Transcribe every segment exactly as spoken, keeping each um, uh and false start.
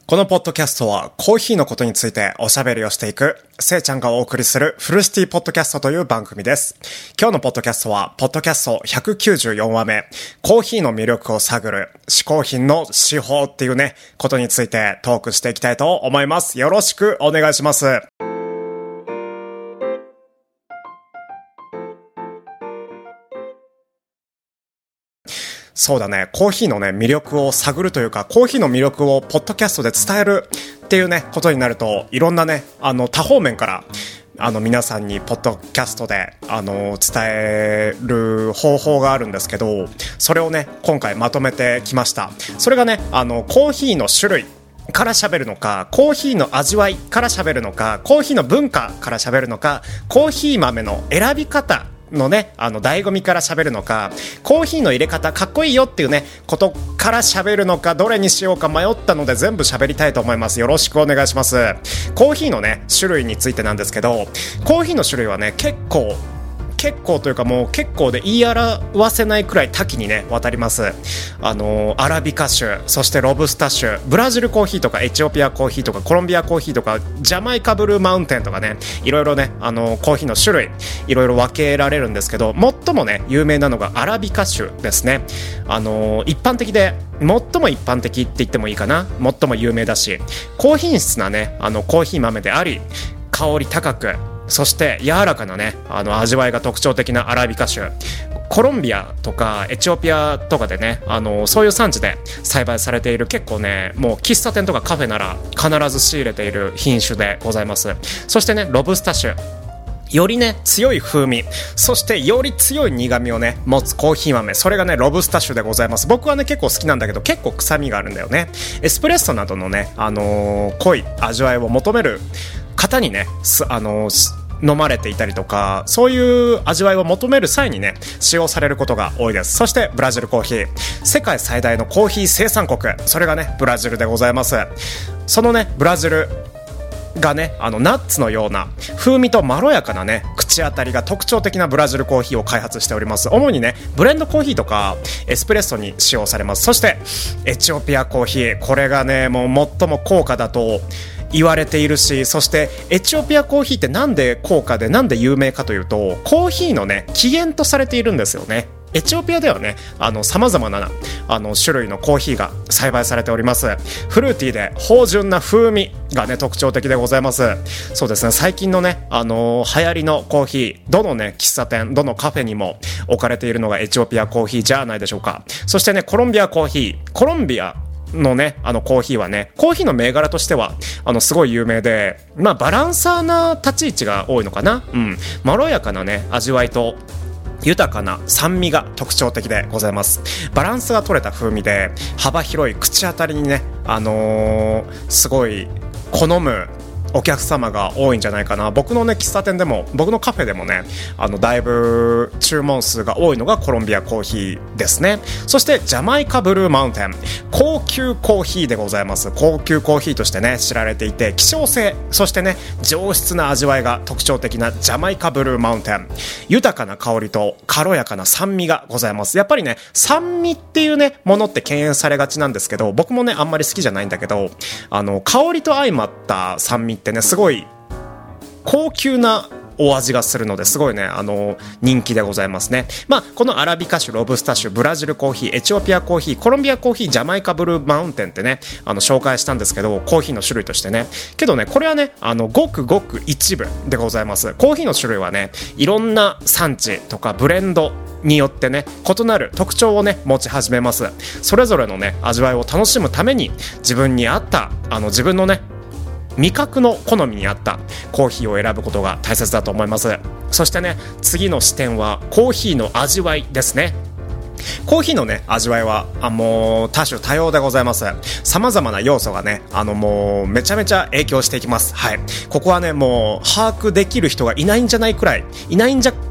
このポッドキャストはコーヒーのことについておしゃべりをしていくせいちゃんがお送りするフルシティポッドキャストという番組です。今日のポッドキャストはポッドキャストひゃくきゅうじゅうよんわめ、コーヒーの魅力を探る嗜好品の手法っていうねことについてトークしていきたいと思います。よろしくお願いします。そうだね、コーヒーのね魅力を探るというか、コーヒーの魅力をポッドキャストで伝えるっていうねことになると、いろんなねあの多方面からあの皆さんにポッドキャストであの伝える方法があるんですけど、それをね今回まとめてきました。それがねあのコーヒーの種類から喋るのか、コーヒーの味わいから喋るのか、コーヒーの文化から喋るのか、コーヒー豆の選び方のねあの醍醐味から喋るのか、コーヒーの入れ方かっこいいよっていうねことから喋るのか、どれにしようか迷ったので全部喋りたいと思います。よろしくお願いします。コーヒーのね種類についてなんですけど、コーヒーの種類はね結構結構というかもう結構で言い表せないくらい多岐にね渡ります。あのアラビカ種、そしてロブスタ種、ブラジルコーヒーとかエチオピアコーヒーとかコロンビアコーヒーとかジャマイカブルーマウンテンとかね、いろいろねあのコーヒーの種類いろいろ分けられるんですけど、最もね有名なのがアラビカ種ですね。あの一般的で最も一般的って言ってもいいかな、最も有名だし高品質なねあのコーヒー豆であり、香り高く、そして柔らかなねあの味わいが特徴的なアラビカ種、コロンビアとかエチオピアとかでねあのそういう産地で栽培されている、結構ねもう喫茶店とかカフェなら必ず仕入れている品種でございます。そしてねロブスタ種、よりね強い風味、そしてより強い苦味をね持つコーヒー豆、それがねロブスタ種でございます。僕はね結構好きなんだけど、結構臭みがあるんだよね。エスプレッソなどのね、あのー、濃い味わいを求める方にねあのー飲まれていたりとか、そういう味わいを求める際にね使用されることが多いです。そしてブラジルコーヒー、世界最大のコーヒー生産国、それがねブラジルでございます。そのねブラジルがねあのナッツのような風味とまろやかなね口当たりが特徴的なブラジルコーヒーを開発しております。主にねブレンドコーヒーとかエスプレッソに使用されます。そしてエチオピアコーヒー、これがねもう最も高価だと言われているし、そしてエチオピアコーヒーってなんで高価でなんで有名かというと、コーヒーのね起源とされているんですよね。エチオピアではねあの様々なあの種類のコーヒーが栽培されております。フルーティーで芳醇な風味がね特徴的でございます。そうですね、最近のねあの流行りのコーヒー、どのね喫茶店どのカフェにも置かれているのがエチオピアコーヒーじゃないでしょうか。そしてねコロンビアコーヒー、コロンビアのねあのコーヒーはねコーヒーの銘柄としてはあのすごい有名で、まあバランサーな立ち位置が多いのかな。うん、まろやかなね味わいと豊かな酸味が特徴的でございます。バランスが取れた風味で幅広い口当たりにねあのー、すごい好むお客様が多いんじゃないかな。僕のね喫茶店でも僕のカフェでもねあのだいぶ注文数が多いのがコロンビアコーヒーですね。そしてジャマイカブルーマウンテン、高級コーヒーでございます。高級コーヒーとしてね知られていて、希少性そしてね上質な味わいが特徴的なジャマイカブルーマウンテン、豊かな香りと軽やかな酸味がございます。やっぱりね酸味っていうねものって敬遠されがちなんですけど、僕もねあんまり好きじゃないんだけど、あの香りと相まった酸味ってねすごい高級なお味がするので、すごいねあの人気でございますね。まあこのアラビカ種、ロブスタ種、ブラジルコーヒー、エチオピアコーヒー、コロンビアコーヒー、ジャマイカブルーマウンテンってねあの紹介したんですけど、コーヒーの種類としてね、けどねこれはねあのごくごく一部でございます。コーヒーの種類はねいろんな産地とかブレンドによってね異なる特徴をね持ち始めます。それぞれのね味わいを楽しむために自分に合ったあの自分のね味覚の好みに合ったコーヒーを選ぶことが大切だと思います。そしてね次の視点はコーヒーの味わいですね。コーヒーのね味わいはあもう多種多様でございます。様々な要素がねあのもうめちゃめちゃ影響していきます。はい、ここはねもう把握できる人がいないんじゃないくらいいないんじゃ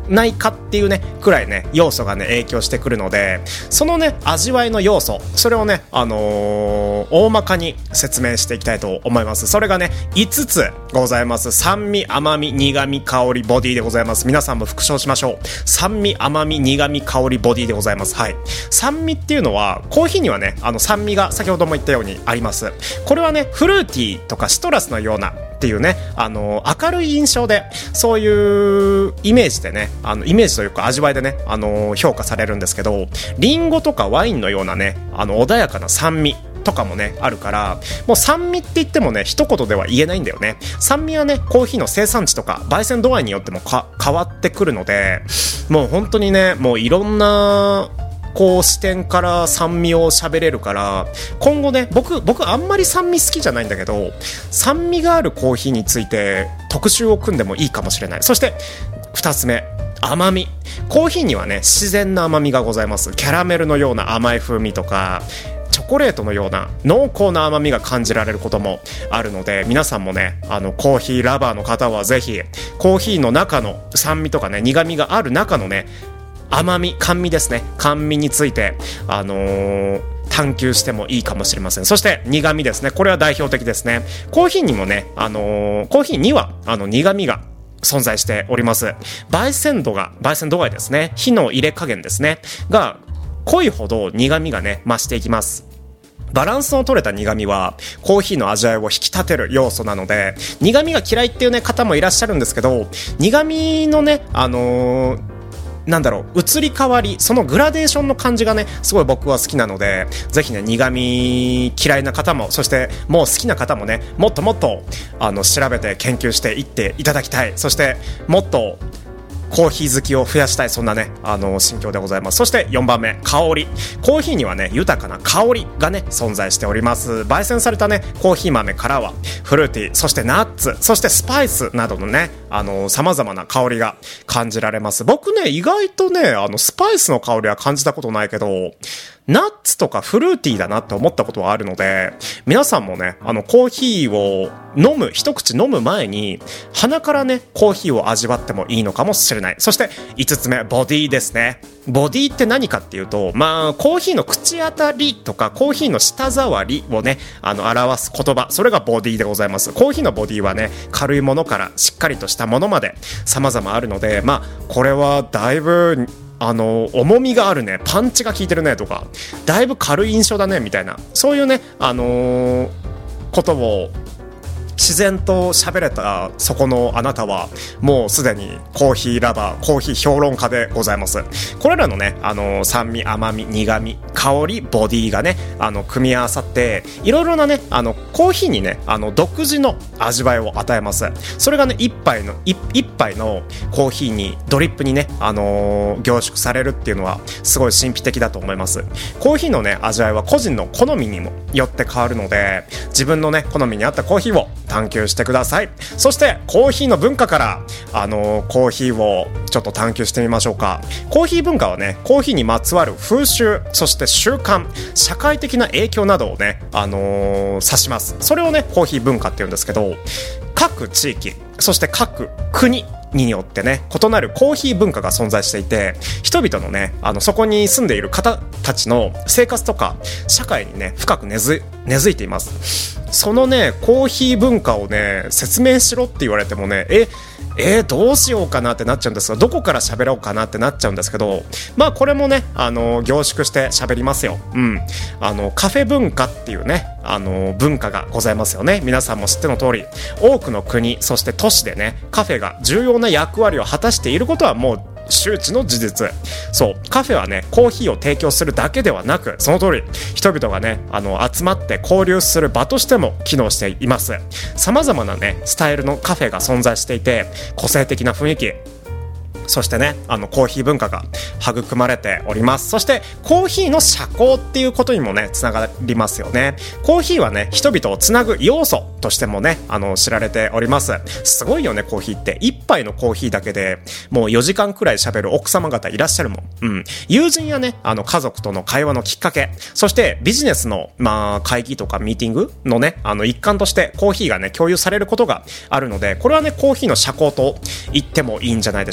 ないかっていうねくらいね要素がね影響してくるので、そのね味わいの要素、それをねあのー、大まかに説明していきたいと思います。それがねいつつございます。酸味、甘み、苦味、香り、ボディでございます。皆さんも復唱しましょう。酸味、甘み、苦味、香り、ボディでございます。はい。酸味っていうのはコーヒーにはねあの酸味が先ほども言ったようにあります。これはねフルーティーとかシトラスのようなっていうね、あの明るい印象で、そういうイメージでね、あのイメージというか味わいでね、あの評価されるんですけど、リンゴとかワインのようなね、あの穏やかな酸味とかもねあるから、もう酸味って言ってもね一言では言えないんだよね。酸味はねコーヒーの生産地とか焙煎度合いによってもか変わってくるので、もう本当にねもういろんなこう視点から酸味を喋れるから、今後ね僕僕あんまり酸味好きじゃないんだけど、酸味があるコーヒーについて特集を組んでもいいかもしれない。そしてふたつめ、甘み。コーヒーにはね自然な甘みがございます。キャラメルのような甘い風味とか、チョコレートのような濃厚な甘みが感じられることもあるので、皆さんもねあのコーヒーラバーの方はぜひコーヒーの中の酸味とかね苦味がある中のね甘み、甘味ですね、甘味についてあのー探求してもいいかもしれません。そして苦味ですね、これは代表的ですね。コーヒーにもね、あのー、コーヒーにはあの苦味が存在しております。焙煎度が焙煎度合いですね、火の入れ加減ですねが濃いほど苦味がね増していきます。バランスの取れた苦味はコーヒーの味わいを引き立てる要素なので、苦味が嫌いっていうね方もいらっしゃるんですけど、苦味のねあのーなんだろう移り変わり、そのグラデーションの感じがねすごい僕は好きなので、ぜひね苦味嫌いな方も、そしてもう好きな方もねもっともっとあの調べて研究していっていただきたい。そしてもっとコーヒー好きを増やしたい、そんなねあの心境でございます。そしてよんばんめ、香り。コーヒーにはね豊かな香りがね存在しております。焙煎されたねコーヒー豆からはフルーティー、そしてナッツ、そしてスパイスなどのねあの様々な香りが感じられます。僕ね意外とねあのスパイスの香りは感じたことないけど、ナッツとかフルーティーだなって思ったことはあるので、皆さんもねあのコーヒーを飲む一口飲む前に鼻からねコーヒーを味わってもいいのかもしれない。そしていつつめ、ボディですね。ボディって何かっていうと、まあコーヒーの口当たりとかコーヒーの舌触りをねあの表す言葉、それがボディでございます。コーヒーのボディはね軽いものからしっかりとしたものまで様々あるので、まあこれはだいぶあの重みがあるね、パンチが効いてるねとか、だいぶ軽い印象だねみたいな、そういうねあのー、ことを自然と喋れたそこのあなたはもうすでにコーヒーラバー、コーヒー評論家でございます。これらのねあの酸味、甘み、苦味、香り、ボディがねあの組み合わさっていろいろなねあのコーヒーにねあの独自の味わいを与えます。それがね一杯の一杯のコーヒーにドリップにねあのー、凝縮されるっていうのはすごい神秘的だと思います。コーヒーのね味わいは個人の好みにもよって変わるので、自分のね好みに合ったコーヒーを探求してください。そしてコーヒーの文化からあのー、コーヒーをちょっと探求してみましょうか。コーヒー文化はねコーヒーにまつわる風習、そして習慣、社会的な影響などをねあのー、指します。それをねコーヒー文化って言うんですけど、各地域、そして各国によってね異なるコーヒー文化が存在していて、人々のねあのそこに住んでいる方たちの生活とか社会にね深く根付、根付いています。そのねコーヒー文化をね説明しろって言われてもねええー、どうしようかなってなっちゃうんですが、どこから喋ろうかなってなっちゃうんですけど、まあこれもねあの凝縮して喋りますよ。うんあのカフェ文化っていうねあの文化がございますよね。皆さんも知っての通り、多くの国、そして都市でねカフェが重要な役割を果たしていることはもう周知の事実。そうカフェはねコーヒーを提供するだけではなく、その通り人々がねあの集まって交流する場としても機能しています。様々なねスタイルのカフェが存在していて、個性的な雰囲気、そしてねあのコーヒー文化が育まれております。そしてコーヒーの社交っていうことにもねつながりますよね。コーヒーはね人々をつなぐ要素としてもねあの知られております。すごいよね、コーヒーって一杯のコーヒーだけでもうよじかんくらい喋る奥様方いらっしゃるもん。うん友人やねあの家族との会話のきっかけ、そしてビジネスのまあ会議とかミーティングのねあの一環としてコーヒーがね共有されることがあるので、これはねコーヒーの社交と言ってもいいんじゃないでしょうか。そ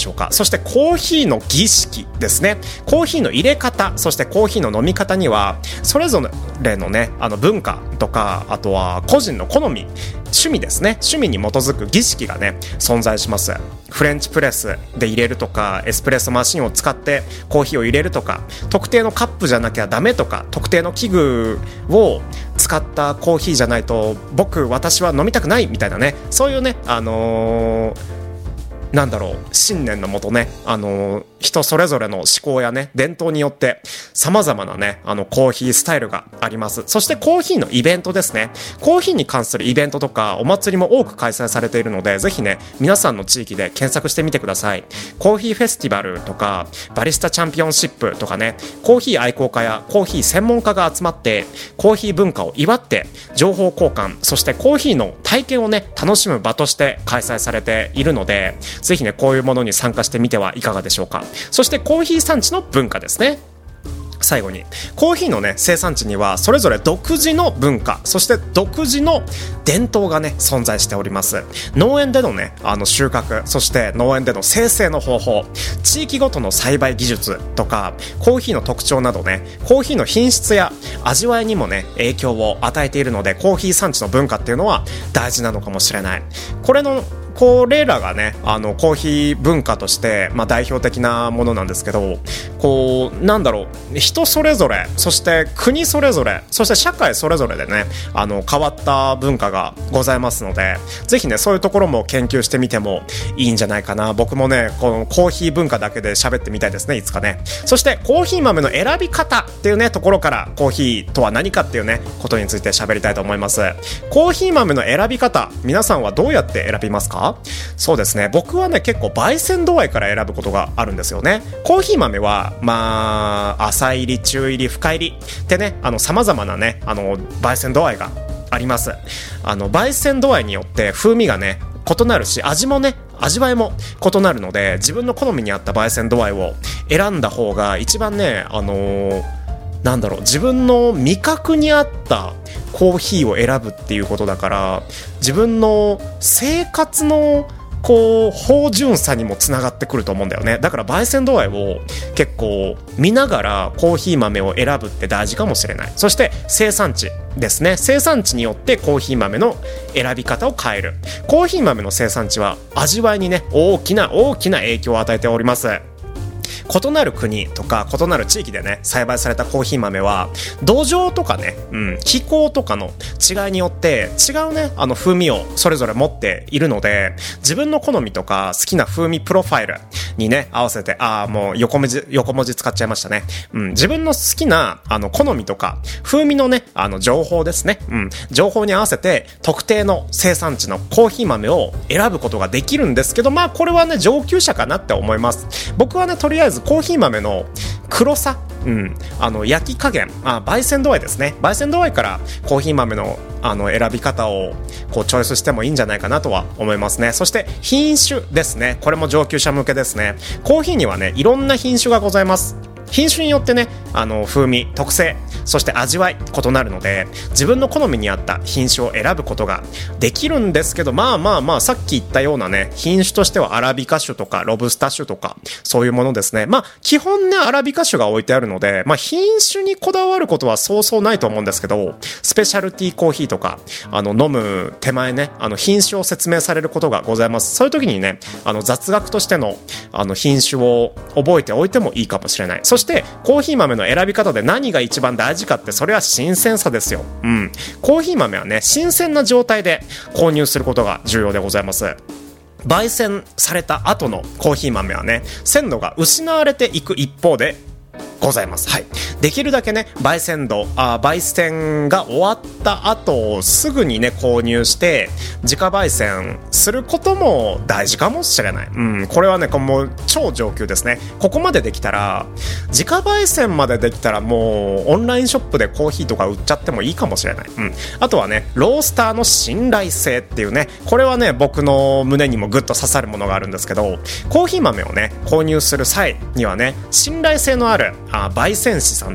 してコーヒーの儀式ですね。コーヒーの入れ方、そしてコーヒーの飲み方にはそれぞれのね、あの文化とか、あとは個人の好み、趣味ですね、趣味に基づく儀式がね存在します。フレンチプレスで入れるとか、エスプレッソマシンを使ってコーヒーを入れるとか、特定のカップじゃなきゃダメとか、特定の器具を使ったコーヒーじゃないと僕私は飲みたくないみたいなね、そういうね、あのー、なんだろう、信念のもとね、あのー、人それぞれの思考やね、伝統によって様々なね、あのコーヒースタイルがあります。そしてコーヒーのイベントですね。コーヒーに関するイベントとかお祭りも多く開催されているので、ぜひね、皆さんの地域で検索してみてください。コーヒーフェスティバルとか、バリスタチャンピオンシップとかね、コーヒー愛好家やコーヒー専門家が集まってコーヒー文化を祝って情報交換、そしてコーヒーの体験をね楽しむ場として開催されているので、ぜひね、こういうものに参加してみてはいかがでしょうか。そしてコーヒー産地の文化ですね。最後にコーヒーのね生産地にはそれぞれ独自の文化、そして独自の伝統がね存在しております。農園でのねあの収穫、そして農園での精製の方法、地域ごとの栽培技術とか、コーヒーの特徴などね、コーヒーの品質や味わいにもね影響を与えているので、コーヒー産地の文化っていうのは大事なのかもしれない。これのこれらがね、あのコーヒー文化として、まあ、代表的なものなんですけど、こうなんだろう、人それぞれ、そして国それぞれ、そして社会それぞれでね、あの変わった文化がございますので、ぜひねそういうところも研究してみてもいいんじゃないかな。僕もねこのコーヒー文化だけで喋ってみたいですね、いつかね。そしてコーヒー豆の選び方っていうねところから、コーヒーとは何かっていうねことについて喋りたいと思います。コーヒー豆の選び方、皆さんはどうやって選びますか？そうですね、僕はね結構焙煎度合いから選ぶことがあるんですよね。コーヒー豆はまあ浅入り、中入り、深入りってね、あの様々なねあの焙煎度合いがあります。あの焙煎度合いによって風味がね異なるし、味もね味わいも異なるので、自分の好みに合った焙煎度合いを選んだ方が一番ね、あのー、なんだろう、自分の味覚に合ったコーヒーを選ぶっていうことだから、自分の生活のこう芳醇さにもつながってくると思うんだよね。だから焙煎度合いを結構見ながらコーヒー豆を選ぶって大事かもしれない。そして生産地ですね。生産地によってコーヒー豆の選び方を変える。コーヒー豆の生産地は味わいにね大きな大きな影響を与えております。異なる国とか異なる地域でね栽培されたコーヒー豆は土壌とかね、うん、気候とかの違いによって違うねあの風味をそれぞれ持っているので、自分の好みとか好きな風味プロファイルにね合わせて、ああもう横文字横文字使っちゃいましたね、うん、自分の好きなあの好みとか風味のねあの情報ですね、うん、情報に合わせて特定の生産地のコーヒー豆を選ぶことができるんですけど、まあこれはね上級者かなって思います。僕はねとりあえずコーヒー豆の黒さ、うん、あの焼き加減、あ焙煎度合いですね。焙煎度合いからコーヒー豆のあの選び方をこうチョイスしてもいいんじゃないかなとは思いますね。そして品種ですね。これも上級者向けですね。コーヒーにはねいろんな品種がございます。品種によってねあの風味、特性、そして味わい異なるので、自分の好みに合った品種を選ぶことができるんですけど、まあまあまあさっき言ったようなね品種としてはアラビカ種とかロブスタ種とかそういうものですね。まあ基本ねアラビカ種が置いてあるので、まあ品種にこだわることはそうそうないと思うんですけど、スペシャルティーコーヒーとかあの飲む手前ねあの品種を説明されることがございます。そういう時にねあの雑学としてのあの品種を覚えておいてもいいかもしれない。そしてコーヒー豆の選び方で何が一番大事かって、それは新鮮さですよ。うん。コーヒー豆はね新鮮な状態で購入することが重要でございます。焙煎された後のコーヒー豆はね鮮度が失われていく一方でございます。はい。できるだけね焙煎度あ焙煎が終わった後すぐにね購入して自家焙煎することも大事かもしれない。うん、これはねもう超上級ですね。ここまでできたら、自家焙煎までできたらもうオンラインショップでコーヒーとか売っちゃってもいいかもしれない。うん。あとはねロースターの信頼性っていうね、これはね僕の胸にもグッと刺さるものがあるんですけど、コーヒー豆をね購入する際にはね信頼性のあるあ焙煎師さん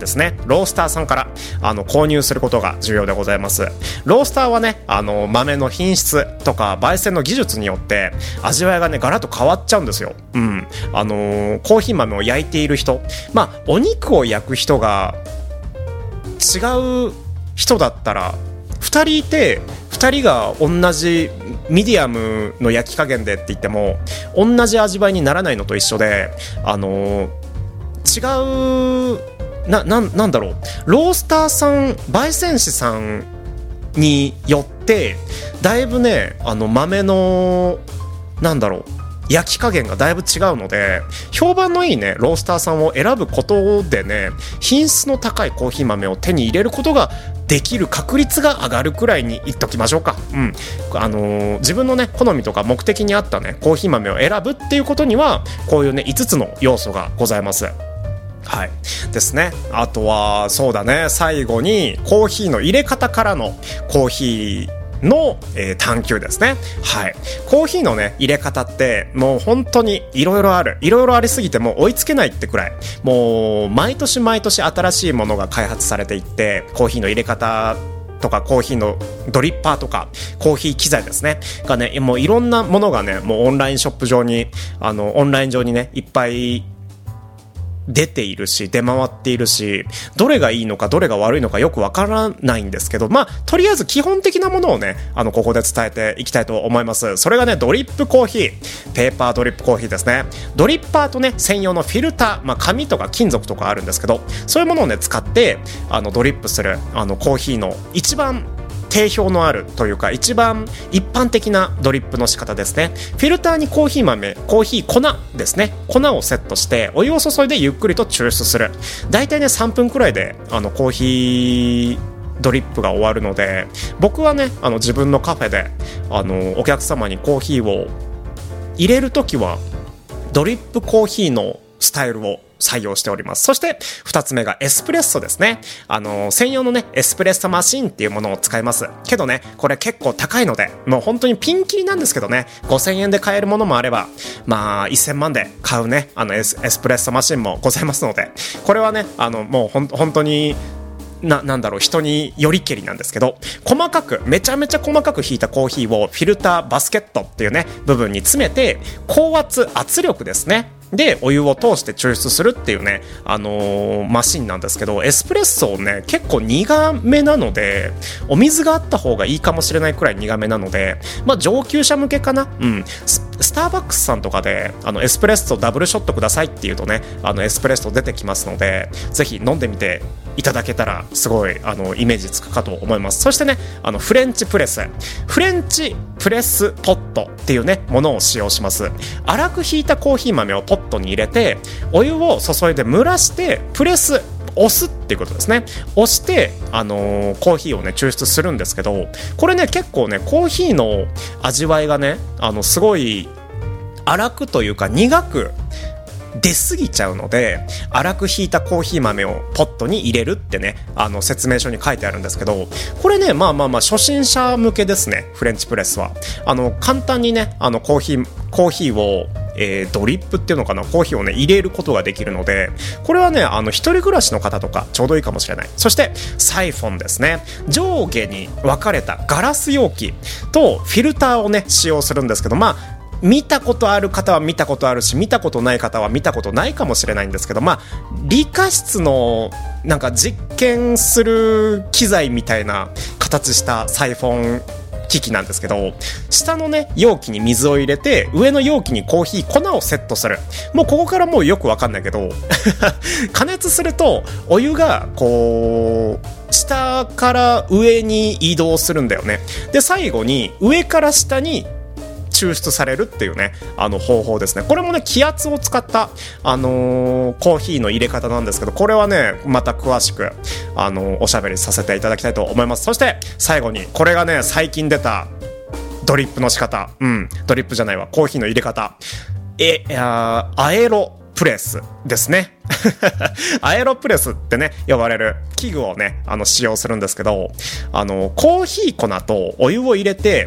ですね。ロースターさんからあの購入することが重要でございます。ロースターはね、あの豆の品質とか焙煎の技術によって味わいがねガラッと変わっちゃうんですよ。うん、あのー、コーヒー豆を焼いている人、まあお肉を焼く人が違う人だったらふたりいてふたりが同じミディアムの焼き加減でって言っても同じ味わいにならないのと一緒で、あのー、違う な, な, なんだろうロースターさん焙煎師さんによってだいぶねあの豆のなんだろう焼き加減がだいぶ違うので、評判のいいねロースターさんを選ぶことでね品質の高いコーヒー豆を手に入れることができる確率が上がるくらいに言っときましょうか。うん、あのー、自分のね好みとか目的に合ったねコーヒー豆を選ぶっていうことにはこういうねいつつの要素がございます。はいですね。あとはそうだね、最後にコーヒーの入れ方からのコーヒーの、えー、探求ですね。はい。コーヒーのね入れ方ってもう本当にいろいろある。いろいろありすぎてもう追いつけないってくらい、もう毎年毎年新しいものが開発されていって、コーヒーの入れ方とかコーヒーのドリッパーとかコーヒー機材ですねがね、もういろんなものがねもうオンラインショップ上にあのオンライン上にねいっぱい出ているし出回っているし、どれがいいのかどれが悪いのかよくわからないんですけど、まあとりあえず基本的なものをねあのここで伝えていきたいと思います。それがねドリップコーヒー、ペーパードリップコーヒーですね。ドリッパーとね専用のフィルター、まあ紙とか金属とかあるんですけど、そういうものをね使ってあのドリップするあのコーヒーの一番定評のあるというか一番一般的なドリップの仕方ですね。フィルターにコーヒー豆、コーヒー粉ですね、粉をセットしてお湯を注いでゆっくりと抽出する。だいたいねさんぷんくらいであのコーヒードリップが終わるので、僕はねあの自分のカフェであのお客様にコーヒーを入れるときはドリップコーヒーのスタイルを採用しております。そして二つ目がエスプレッソですね。あのー、専用のねエスプレッソマシンっていうものを使いますけどね、これ結構高いのでもう本当にピンキリなんですけどね、ごせんえんで買えるものもあればまあせんまんで買うねあのエス、エスプレッソマシンもございますので、これはねあのもうほん本当にな, なんだろう人によりけりなんですけど、細かくめちゃめちゃ細かくひいたコーヒーをフィルターバスケットっていうね部分に詰めて高圧圧力ですねでお湯を通して抽出するっていうね、あのー、マシンなんですけど、エスプレッソね結構苦めなのでお水があった方がいいかもしれないくらい苦めなので、まあ上級者向けかな。うん、ス, スターバックスさんとかであのエスプレッソダブルショットくださいっていうとねあのエスプレッソ出てきますので、ぜひ飲んでみていただけたらすごいあのイメージつくかと思います。そしてねあのフレンチプレスフレンチプレスポットっていうねものを使用します。粗くひいたコーヒー豆をポットに入れてお湯を注いで蒸らしてプレス押すっていうことですね。押して、あのー、コーヒーをね抽出するんですけど、これね結構ねコーヒーの味わいがねあのすごい粗くというか苦く出過ぎちゃうので、粗くひいたコーヒー豆をポットに入れるってねあの説明書に書いてあるんですけど、これねまあまあまあ初心者向けですね。フレンチプレスはあの簡単にねあのコーヒーコーヒーをえー、ドリップっていうのかな、コーヒーをね入れることができるので、これはねあの一人暮らしの方とかちょうどいいかもしれない。そしてサイフォンですね。上下に分かれたガラス容器とフィルターをね使用するんですけど、まあ見たことある方は見たことあるし見たことない方は見たことないかもしれないんですけど、まあ理科室のなんか実験する機材みたいな形したサイフォン機器なんですけど、下のね容器に水を入れて上の容器にコーヒー粉をセットする。もうここからもうよくわかんないけど加熱するとお湯がこう下から上に移動するんだよね。で最後に上から下に抽出されるっていうねあの方法ですね。これもね気圧を使った、あのー、コーヒーの入れ方なんですけど、これはねまた詳しく、あのー、おしゃべりさせていただきたいと思います。そして最後にこれがね最近出たドリップの仕方、うんドリップじゃないわコーヒーの入れ方、えあアエロプレスですねアエロプレスってね呼ばれる器具をねあの使用するんですけど、あのコーヒー粉とお湯を入れて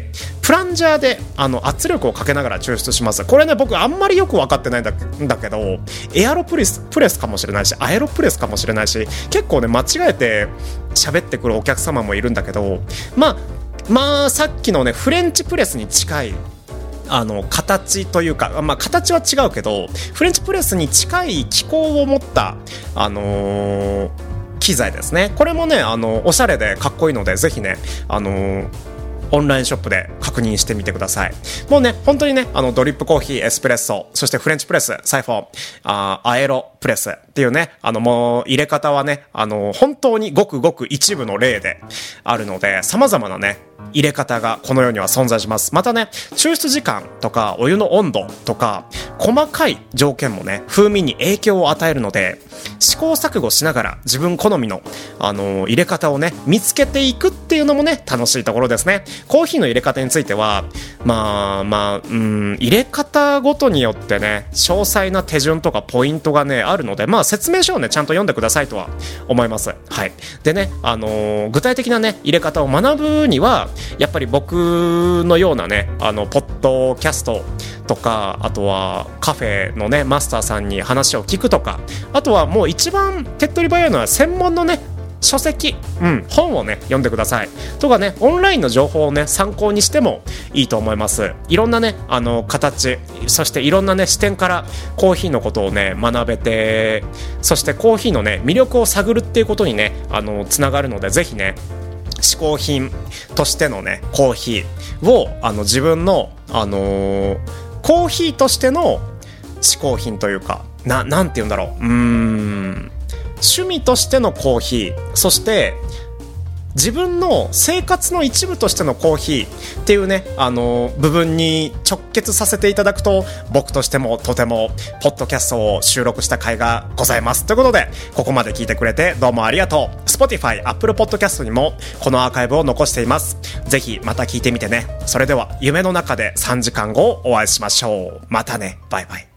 プランジャーであの圧力をかけながら抽出します。これね僕あんまりよく分かってないんだ、んだけどエアロプレスプレスかもしれないしアエロプレスかもしれないし、結構ね間違えて喋ってくるお客様もいるんだけど、まあまあさっきのねフレンチプレスに近いあの形というか、まあ、形は違うけどフレンチプレスに近い機構を持った、あのー、機材ですね。これもねあのおしゃれでかっこいいのでぜひね、あのーオンラインショップで確認してみてください。もうね本当にねあのドリップコーヒー、エスプレッソ、そしてフレンチプレス、サイフォン、あアエロプレスっていうね、あのもう入れ方はねあの本当にごくごく一部の例であるので、様々なね入れ方がこの世には存在します。またね抽出時間とかお湯の温度とか細かい条件もね風味に影響を与えるので、試行錯誤しながら自分好みの、あのー、入れ方をね見つけていくっていうのもね楽しいところですね。コーヒーの入れ方についてはまあまあうん入れ方ごとによってね詳細な手順とかポイントがねあるので、まあ説明書をねちゃんと読んでくださいとは思います。はい。でねあのー、具体的なね入れ方を学ぶにはやっぱり僕のようなねあのポッドキャストとか、あとはカフェのねマスターさんに話を聞くとか、あとはもう一番手っ取り早いのは専門のね書籍、うん、本をね読んでくださいとかね、オンラインの情報をね参考にしてもいいと思います。いろんなねあの形、そしていろんなね視点からコーヒーのことをね学べて、そしてコーヒーのね魅力を探るっていうことにねあのつながるので、ぜひね嗜好品としてのねコーヒーをあの自分の、あのー、コーヒーとしての嗜好品というか、な、なんて言うんだろう、うーん趣味としてのコーヒー、そして自分の生活の一部としてのコーヒーっていうねあの部分に直結させていただくと、僕としてもとてもポッドキャストを収録した回がございます。ということでここまで聞いてくれてどうもありがとう。 Spotify、Apple Podcast にもこのアーカイブを残しています。ぜひまた聞いてみてね。それでは夢の中でさんじかんごお会いしましょう。またね、バイバイ。